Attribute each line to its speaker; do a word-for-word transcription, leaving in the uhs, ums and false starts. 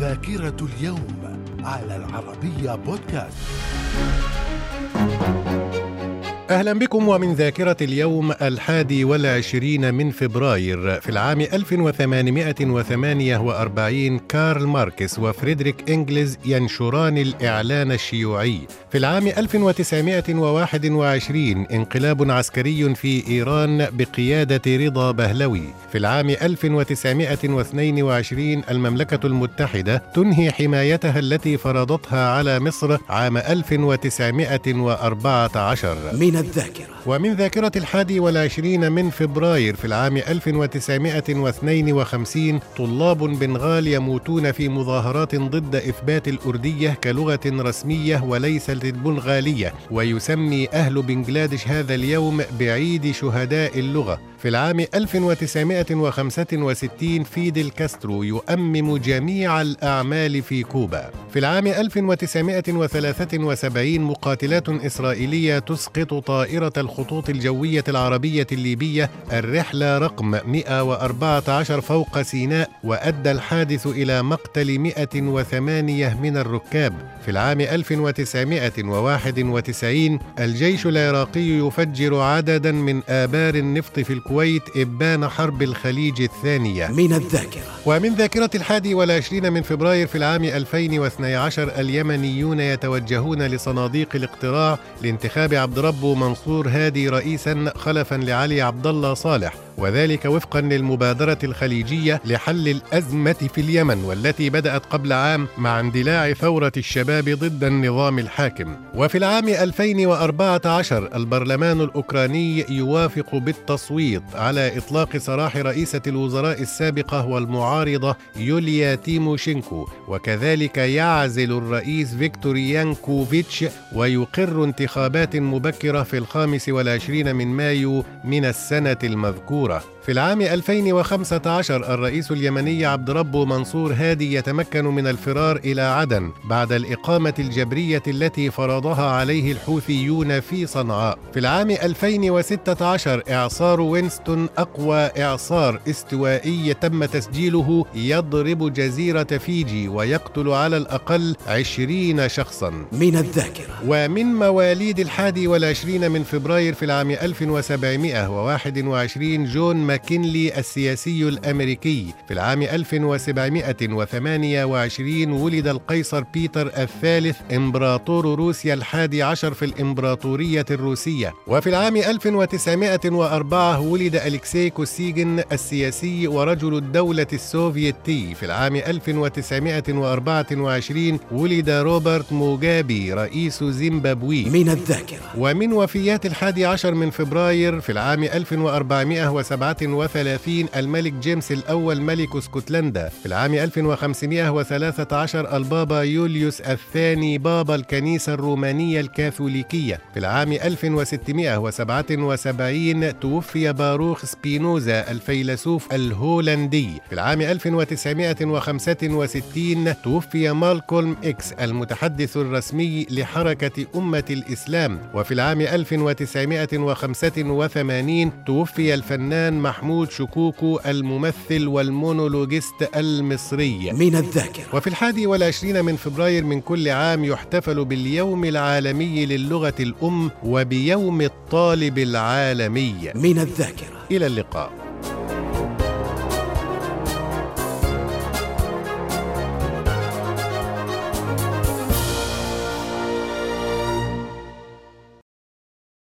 Speaker 1: ذاكرة اليوم على العربية بودكاست. أهلا بكم ومن ذاكرة اليوم الحادي والعشرين من فبراير في العام ألف وثمانمائة وثمانية وأربعين. كارل ماركس وفريدريك إنجلز ينشران الإعلان الشيوعي. في العام ألف وتسعمائة وواحد وعشرين انقلاب عسكري في إيران بقيادة رضا بهلوي. في العام ألف وتسعمائة واثنين وعشرين المملكة المتحدة تنهي حمايتها التي فرضتها على مصر عام ألف وتسعمائة وأربعة عشر.
Speaker 2: من الذاكرة.
Speaker 1: ومن ذاكرة الحادي والعشرين من فبراير في العام ألف وتسعمائة واثنين وخمسين طلاب بنغال يموتون في مظاهرات ضد إثبات الأردية كلغة رسمية وليست البنغالية، ويسمي أهل بنغلاديش هذا اليوم بعيد شهداء اللغة. في العام ألف وتسعمائة وخمسة وستين فيدل كاسترو يؤمم جميع الأعمال في كوبا. في العام ألف وتسعمائة وثلاثة وسبعين مقاتلات إسرائيلية تسقط طائرة الخطوط الجوية العربية الليبية الرحلة رقم مئة وأربعة عشر فوق سيناء، وأدى الحادث إلى مقتل مئة وثمانية من الركاب. في العام ألف وتسعمائة وواحد وتسعين الجيش العراقي يفجر عددا من آبار النفط في الكويت إبان حرب الخليج الثانية.
Speaker 2: من الذاكرة.
Speaker 1: ومن ذاكرة الحادي والعشرين من فبراير في العام ألفين واثني عشر اليمنيون يتوجهون لصناديق الاقتراع لانتخاب عبد ربه منصور هادي رئيسا خلفا لعلي عبد الله صالح، وذلك وفقا للمبادرة الخليجية لحل الأزمة في اليمن، والتي بدأت قبل عام مع اندلاع ثورة الشباب ضد النظام الحاكم. وفي العام ألفين وأربعة عشر البرلمان الأوكراني يوافق بالتصويت على إطلاق سراح رئيسة الوزراء السابقة والمعارضة يوليا تيموشينكو، وكذلك يعزل الرئيس فيكتور يانكوفيتش ويقر انتخابات مبكرة في الخامس والعشرين من مايو من السنة المذكورة. في العام ألفين وخمسة عشر الرئيس اليمني عبد ربه منصور هادي يتمكن من الفرار إلى عدن بعد الإقامة الجبرية التي فرضها عليه الحوثيون في صنعاء. في العام ألفين وستة عشر إعصار وينستون أقوى إعصار استوائي تم تسجيله يضرب جزيرة فيجي ويقتل على الأقل عشرين شخصا.
Speaker 2: من الذاكرة.
Speaker 1: ومن مواليد الحادي والعشرين من فبراير في العام ألف وسبعمائة وواحد وعشرين جون ماكينلي السياسي الأمريكي. في العام ألف وسبعمائة وثمانية وعشرين ولد القيصر بيتر الثالث إمبراطور روسيا الحادي عشر في الإمبراطورية الروسية. وفي العام ألف وتسعمائة وأربعة ولد أليكسي كوسيجين السياسي ورجل الدولة السوفيتي. في العام ألف وتسعمائة وأربعة وعشرين ولد روبرت موغابي رئيس زيمبابوي.
Speaker 2: من الذاكرة.
Speaker 1: ومن وفيات الحادي عشر من فبراير في العام ألف وأربعمائة وسبعة وثلاثين الملك جيمس الأول ملك اسكتلندا. في العام ألف وخمسمائة وثلاثة عشر البابا يوليوس الثاني بابا الكنيسة الرومانية الكاثوليكية. في العام ألف وستمائة وسبعة وسبعين توفي باروخ سبينوزا الفيلسوف الهولندي. في العام ألف وتسعمائة وخمسة وستين توفي مالكولم إكس المتحدث الرسمي لحركة أمة الإسلام. وفي العام ألف وتسعمائة وخمسة وثمانين توفي الفنان محمود شكوكو الممثل والمونولوجيست المصري.
Speaker 2: من الذاكرة.
Speaker 1: وفي الحادي والعشرين من فبراير من كل عام يحتفل باليوم العالمي للغة الأم وبيوم الطالب العالمي.
Speaker 2: من الذاكرة.
Speaker 1: إلى اللقاء.